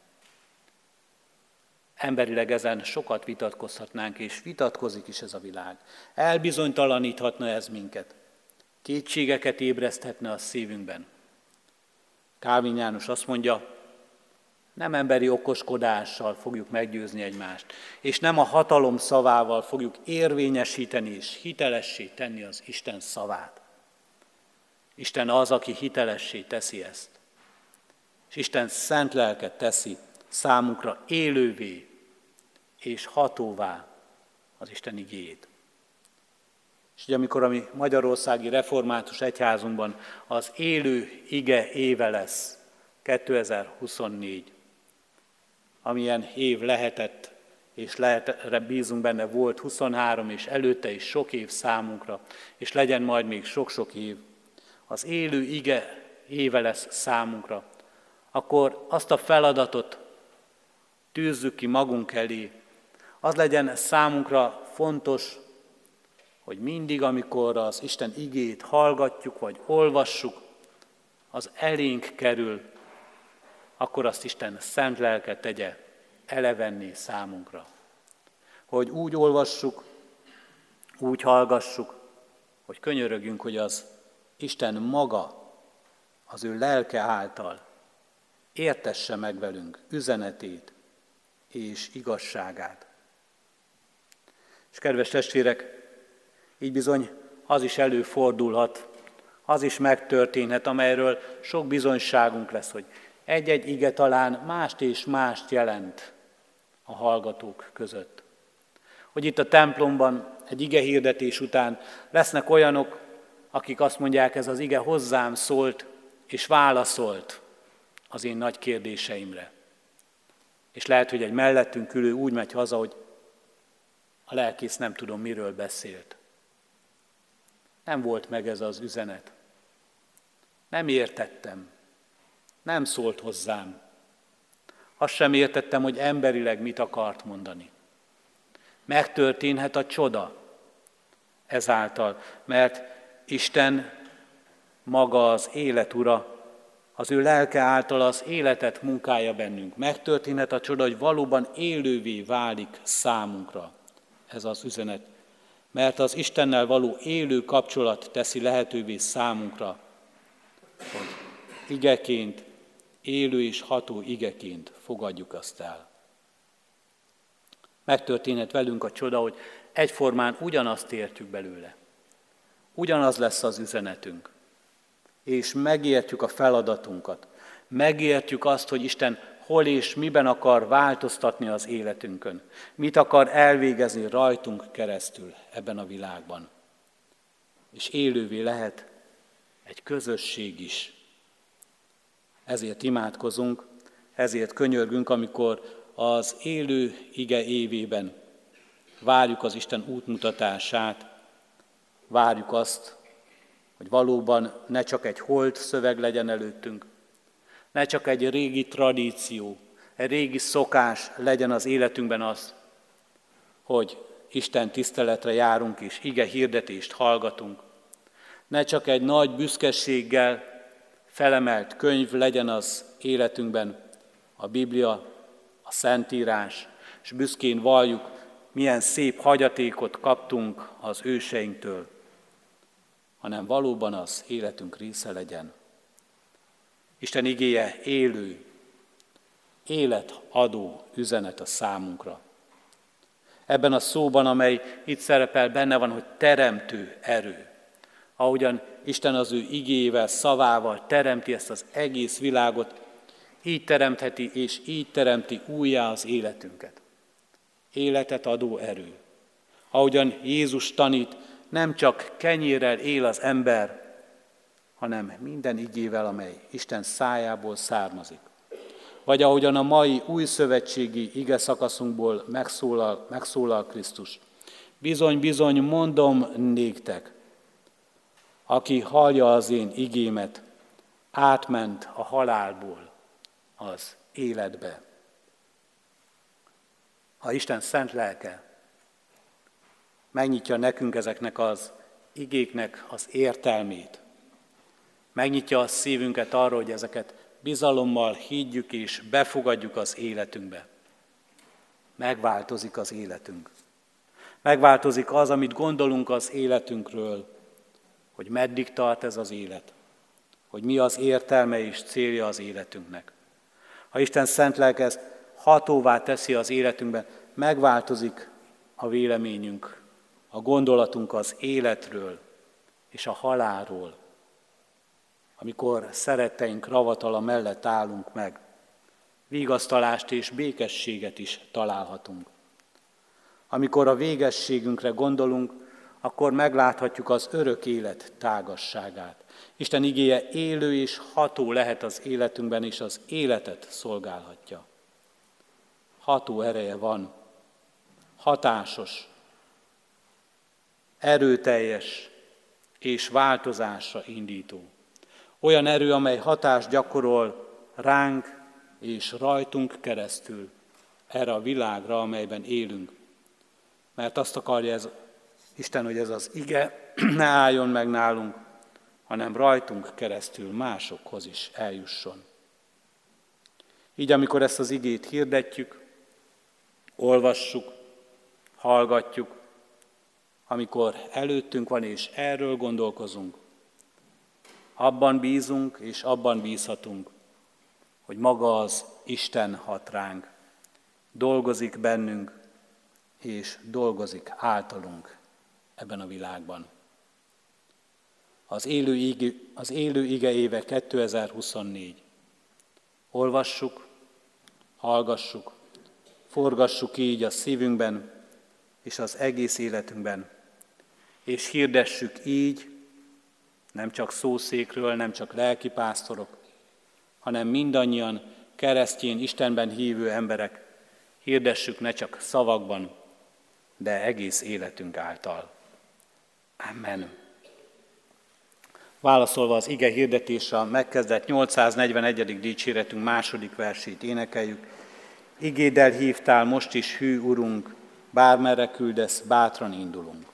Emberileg ezen sokat vitatkozhatnánk, és vitatkozik is ez a világ. Elbizonytalaníthatna ez minket. Kétségeket ébreszthetne a szívünkben. Kálvin János azt mondja, nem emberi okoskodással fogjuk meggyőzni egymást, és nem a hatalom szavával fogjuk érvényesíteni és hitelessé tenni az Isten szavát. Isten az, aki hitelessé teszi ezt. És Isten szent lelket teszi számunkra élővé és hatóvá az Isten igéjét. És ugye amikor a mi magyarországi református egyházunkban az élő ige éve lesz, 2024, amilyen év lehetett, és lehetre bízunk benne, volt 23, és előtte is sok év számunkra, és legyen majd még sok-sok év, az élő ige éve lesz számunkra, akkor azt a feladatot tűzzük ki magunk elé. Az legyen számunkra fontos, hogy mindig, amikor az Isten igét hallgatjuk, vagy olvassuk, az elénk kerül, akkor azt Isten szent lelke tegye elevenné számunkra. Hogy úgy olvassuk, úgy hallgassuk, hogy könyörögjünk, hogy az Isten maga, az ő lelke által értesse meg velünk üzenetét és igazságát. És kedves testvérek, így bizony az is előfordulhat, az is megtörténhet, amelyről sok bizonyságunk lesz, hogy egy-egy ige talán mást és mást jelent a hallgatók között. Hogy itt a templomban egy ige hirdetés után lesznek olyanok, akik azt mondják, ez az ige hozzám szólt és válaszolt az én nagy kérdéseimre. És lehet, hogy egy mellettünk ülő úgy megy haza, hogy a lelkész nem tudom, miről beszélt. Nem volt meg ez az üzenet. Nem értettem. Nem szólt hozzám. Azt sem értettem, hogy emberileg mit akart mondani. Megtörténhet a csoda ezáltal, mert Isten maga az élet ura, az ő lelke által az életet munkálja bennünk. Megtörténhet a csoda, hogy valóban élővé válik számunkra ez az üzenet. Mert az Istennel való élő kapcsolat teszi lehetővé számunkra, hogy igeként, élő és ható igeként fogadjuk azt el. Megtörténhet velünk a csoda, hogy egyformán ugyanazt értjük belőle. Ugyanaz lesz az üzenetünk. És megértjük a feladatunkat. Megértjük azt, hogy Isten hol és miben akar változtatni az életünkön. Mit akar elvégezni rajtunk keresztül ebben a világban. És élővé lehet egy közösség is. Ezért imádkozunk, ezért könyörgünk, amikor az élő ige évében várjuk az Isten útmutatását, várjuk azt, hogy valóban ne csak egy holt szöveg legyen előttünk, ne csak egy régi tradíció, egy régi szokás legyen az életünkben az, hogy Isten tiszteletre járunk és ige hirdetést hallgatunk. Ne csak egy nagy büszkeséggel felemelt könyv legyen az életünkben, a Biblia, a Szentírás, és büszkén valljuk, milyen szép hagyatékot kaptunk az őseinktől, hanem valóban az életünk része legyen. Isten igéje élő, életadó üzenet a számunkra. Ebben a szóban, amely itt szerepel, benne van, hogy teremtő erő. Ahogyan Isten az ő igéjével, szavával teremti ezt az egész világot, így teremtheti és így teremti újjá az életünket. Életet adó erő. Ahogyan Jézus tanít, nem csak kenyérrel él az ember, hanem minden igével, amely Isten szájából származik. Vagy ahogyan a mai újszövetségi ige szakaszunkból megszólal Krisztus. Bizony, bizony, mondom néktek, aki hallja az én igémet, átment a halálból az életbe. Ha Isten szent lelke megnyitja nekünk ezeknek az igéknek az értelmét, megnyitja a szívünket arra, hogy ezeket bizalommal higgyük és befogadjuk az életünkbe. Megváltozik az életünk. Megváltozik az, amit gondolunk az életünkről, hogy meddig tart ez az élet, hogy mi az értelme és célja az életünknek. Ha Isten szent lelke ezt hatóvá teszi az életünkben, megváltozik a véleményünk, a gondolatunk az életről és a halálról. Amikor szeretteink ravatala mellett állunk meg, vigasztalást és békességet is találhatunk. Amikor a végességünkre gondolunk, akkor megláthatjuk az örök élet tágasságát. Isten igéje élő és ható lehet az életünkben, és az életet szolgálhatja. Ható ereje van, hatásos, erőteljes és változásra indító. Olyan erő, amely hatást gyakorol ránk és rajtunk keresztül erre a világra, amelyben élünk. Mert azt akarja Isten, hogy ez az ige ne álljon meg nálunk, hanem rajtunk keresztül másokhoz is eljusson. Így, amikor ezt az igét hirdetjük, olvassuk, hallgatjuk, amikor előttünk van és erről gondolkozunk, abban bízunk és abban bízhatunk, hogy maga az Isten hat ránk, dolgozik bennünk és dolgozik általunk ebben a világban. Az élő ige éve 2024. Olvassuk, hallgassuk, forgassuk így a szívünkben és az egész életünkben, és hirdessük így, nem csak szószékről, nem csak lelkipásztorok, hanem mindannyian keresztény, Istenben hívő emberek, hirdessük ne csak szavakban, de egész életünk által. Amen. Válaszolva az ige hirdetésre a megkezdett 841. dicséretünk második versét énekeljük. Igéddel hívtál, most is hű Urunk, bármerre küldesz, bátran indulunk.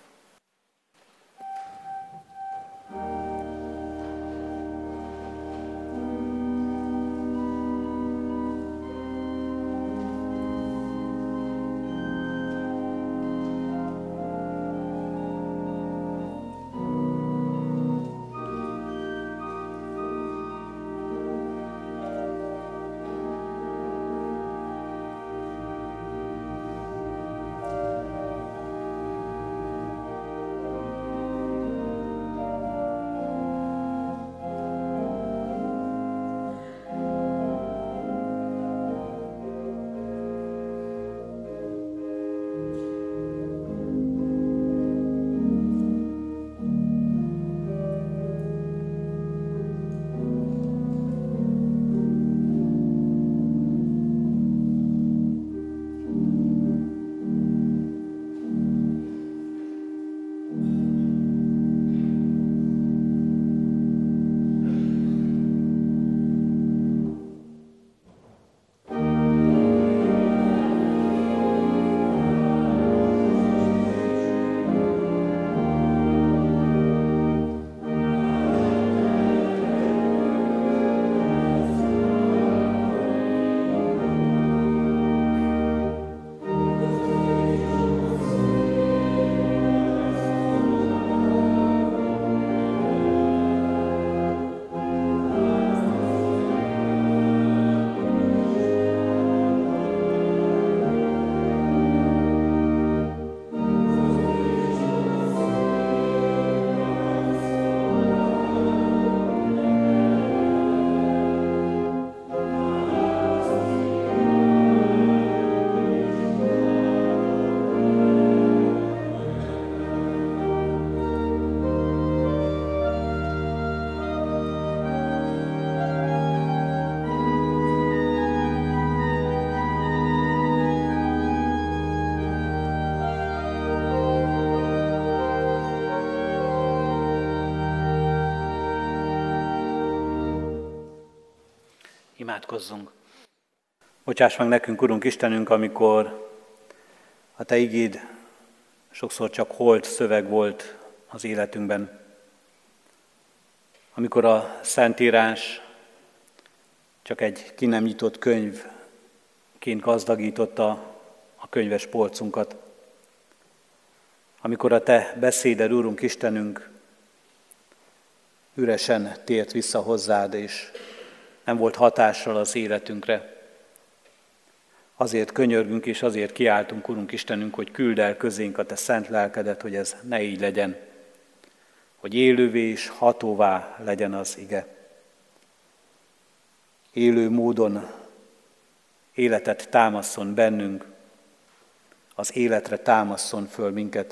Imádkozzunk! Bocsáss meg nekünk, Urunk Istenünk, amikor a Te igéd sokszor csak holt szöveg volt az életünkben. Amikor a Szentírás csak egy ki nem nyitott könyvként gazdagította a könyves polcunkat. Amikor a Te beszéded, Urunk Istenünk, üresen tért vissza hozzád, és nem volt hatással az életünkre. Azért könyörgünk és azért kiáltunk, Urunk Istenünk, hogy küld el közénk a Te szent lelkedet, hogy ez ne így legyen, hogy élővé és hatóvá legyen az ige. Élő módon életet támaszson bennünk, az életre támaszson föl minket.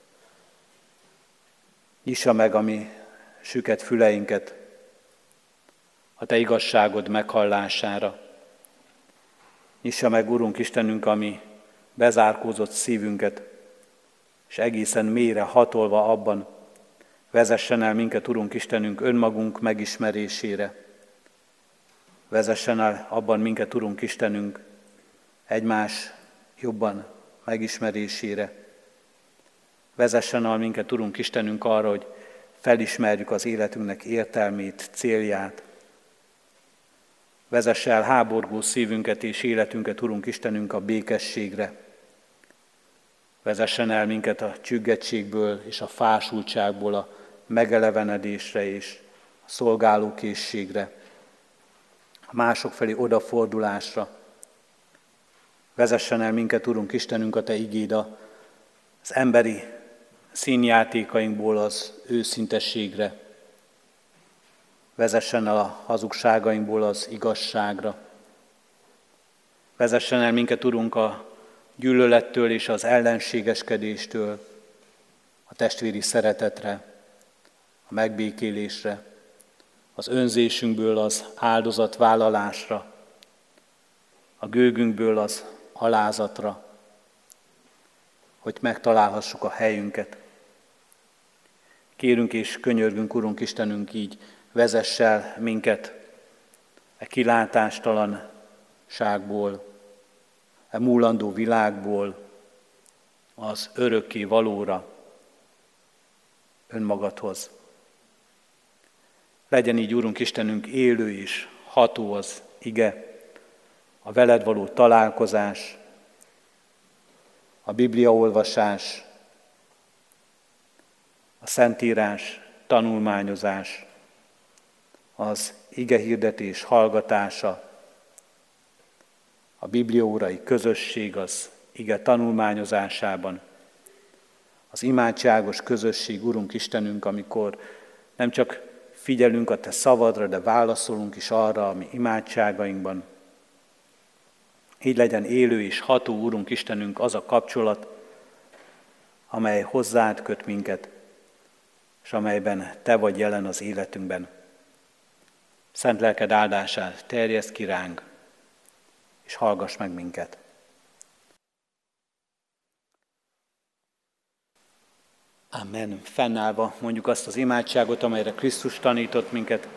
Nyissa meg a mi süket füleinket a Te igazságod meghallására. Nyissa meg, Urunk Istenünk, a mi bezárkózott szívünket, és egészen mélyre hatolva abban vezessen el minket, Urunk Istenünk, önmagunk megismerésére. Vezessen el abban minket, Urunk Istenünk, egymás jobban megismerésére. Vezessen el minket, Urunk Istenünk, arra, hogy felismerjük az életünknek értelmét, célját. Vezess el háborgó szívünket és életünket, Urunk Istenünk, a békességre. Vezessen el minket a csüggettségből és a fásultságból a megelevenedésre és a szolgálókészségre, a mások felé odafordulásra. Vezessen el minket, Urunk Istenünk, a Te igéd az emberi színjátékainkból az őszintességre. Vezessen el a hazugságainkból az igazságra. Vezessen el minket, Urunk, a gyűlölettől és az ellenségeskedéstől a testvéri szeretetre, a megbékélésre, az önzésünkből az áldozatvállalásra, a gőgünkből az alázatra, hogy megtalálhassuk a helyünket. Kérünk és könyörgünk, Urunk Istenünk, így vezess el minket e kilátástalanságból, e múlandó világból az örökké valóra, önmagadhoz. Legyen így, Úrunk Istenünk, élő és ható az ige, a veled való találkozás, a bibliaolvasás, a szentírás tanulmányozás, az igehirdetés hallgatása, a bibliaórai közösség az ige tanulmányozásában, az imádságos közösség, Urunk Istenünk, amikor nem csak figyelünk a Te szavadra, de válaszolunk is arra a mi imádságainkban. Így legyen élő és ható, Urunk Istenünk, az a kapcsolat, amely hozzád köt minket, és amelyben Te vagy jelen az életünkben. Szent lelked áldását terjeszd ki ránk, és hallgass meg minket. Amen. Fennállva mondjuk azt az imádságot, amelyre Krisztus tanított minket.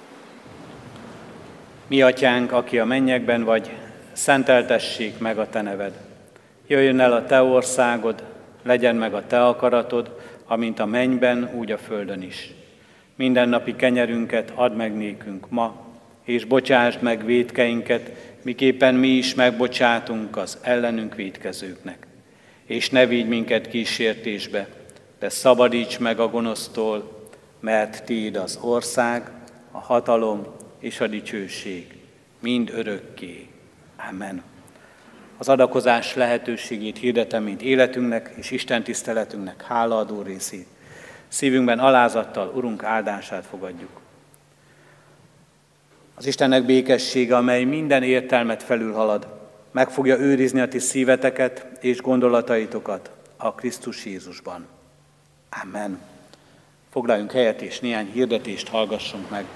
Mi atyánk, aki a mennyekben vagy, szenteltessék meg a Te neved. Jöjjön el a Te országod, legyen meg a Te akaratod, amint a mennyben, úgy a földön is. Mindennapi kenyerünket add meg nékünk ma, és bocsásd meg vétkeinket, miképpen mi is megbocsátunk az ellenünk vétkezőknek. És ne vigy minket kísértésbe, de szabadíts meg a gonosztól, mert Tiéd az ország, a hatalom és a dicsőség, mind örökké. Amen. Az adakozás lehetőségét hirdetem, mint életünknek és Isten tiszteletünknek hálaadó részét. Szívünkben alázattal Urunk áldását fogadjuk. Az Istennek békessége, amely minden értelmet felülhalad, meg fogja őrizni a ti szíveteket és gondolataitokat a Krisztus Jézusban. Amen. Foglaljunk helyet és néhány hirdetést hallgassunk meg.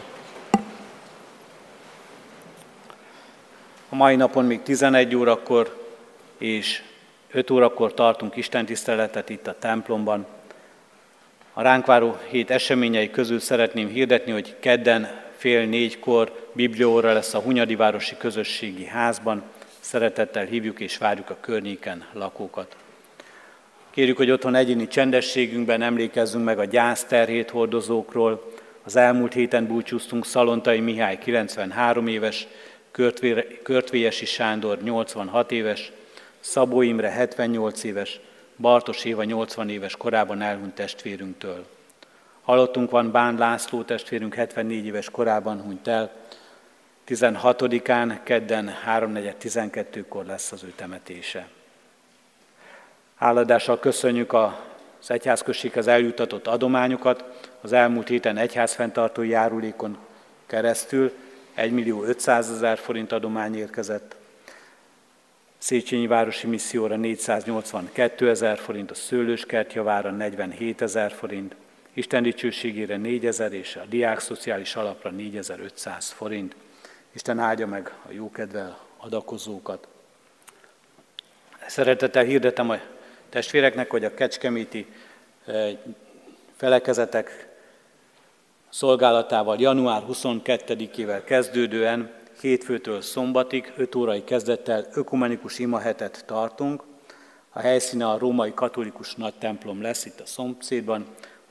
A mai napon még 11 órakor és 5 órakor tartunk istentiszteletet itt a templomban. A ránk váró hét eseményei közül szeretném hirdetni, hogy kedden 3:30 bibliaóra lesz a Hunyadivárosi Közösségi Házban. Szeretettel hívjuk és várjuk a környéken lakókat. Kérjük, hogy otthon egyéni csendességünkben emlékezzünk meg a gyászterhét hordozókról. Az elmúlt héten búcsúztunk Szalontai Mihály 93 éves, Körtvélyesi Sándor 86 éves, Szabó Imre 78 éves, Bartos Éva 80 éves korában elhunyt testvérünktől. Halottunk van Bán László testvérünk 74 éves korában hunyt el. 16-án, kedden 3:12-kor lesz az ő temetése. Háladással köszönjük az egyházközséghez eljutatott adományokat. Az elmúlt héten egyházfenntartói járulékon keresztül 1.500.000 forint adomány érkezett. Széchenyi Városi Misszióra 482.000 forint, a Szőlőskert javára 47.000 forint, Isten dicsőségére 4.000 és a Diák Szociális Alapra 4.500 forint. Isten áldja meg a jókedvel adakozókat. Szeretettel hirdetem a testvéreknek, hogy a kecskeméti felekezetek szolgálatával január 22-ével kezdődően hétfőtől szombatig 5 órai kezdettel ökumenikus imahetet tartunk. A helyszíne a római katolikus nagytemplom lesz itt a szomszédban.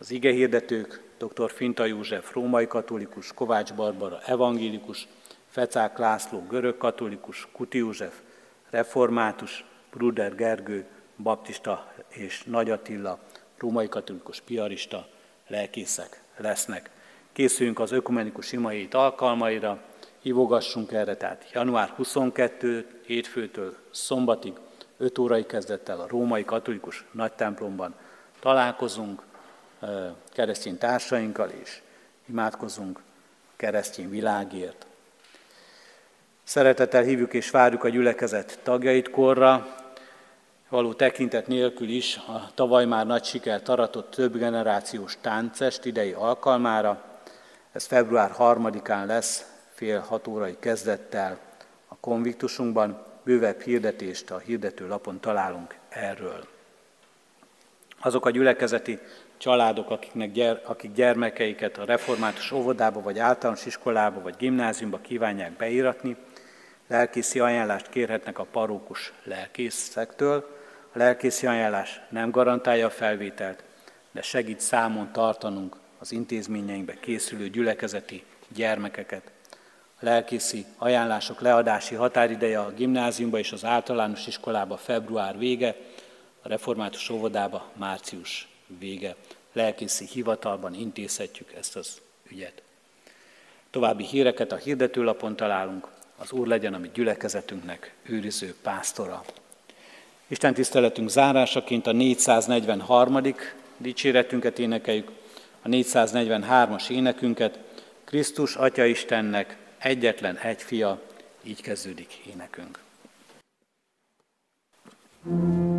Az igehirdetők dr. Finta József római katolikus, Kovács Barbara evangélikus, Fecák László görög katolikus, Kuti József református, Bruder Gergő baptista és Nagy Attila római katolikus piarista lelkészek lesznek. Készüljünk az ökumenikus imahét alkalmaira, hívogassunk erre, tehát január 22 hétfőtől szombatig 5 órai kezdettel a római katolikus nagytemplomban találkozunk keresztény társainkkal, és imádkozunk keresztény világért. Szeretettel hívjuk és várjuk a gyülekezet tagjait korra, való tekintet nélkül is a tavaly már nagy sikert aratott több generációs táncest idei alkalmára. Ez február 3-án lesz, fél 6 órai kezdettel a konviktusunkban. Bővebb hirdetést a hirdetőlapon találunk erről. Azok a gyülekezeti családok, akik gyermekeiket a református óvodába, vagy általános iskolába, vagy gimnáziumba kívánják beíratni, lelkészi ajánlást kérhetnek a parókus lelkészektől. A lelkészi ajánlás nem garantálja a felvételt, de segít számon tartanunk az intézményeinkbe készülő gyülekezeti gyermekeket. A lelkészi ajánlások leadási határideje a gimnáziumba és az általános iskolába február vége, a református óvodába március vége. Lelkészi hivatalban intézhetjük ezt az ügyet. További híreket a hirdetőlapon találunk. Az Úr legyen a mi gyülekezetünknek őriző pásztora. Isten tiszteletünk zárásaként a 443. dicséretünket énekeljük, a 443-as énekünket, Krisztus Atya Istennek egyetlen egy fia, így kezdődik énekünk.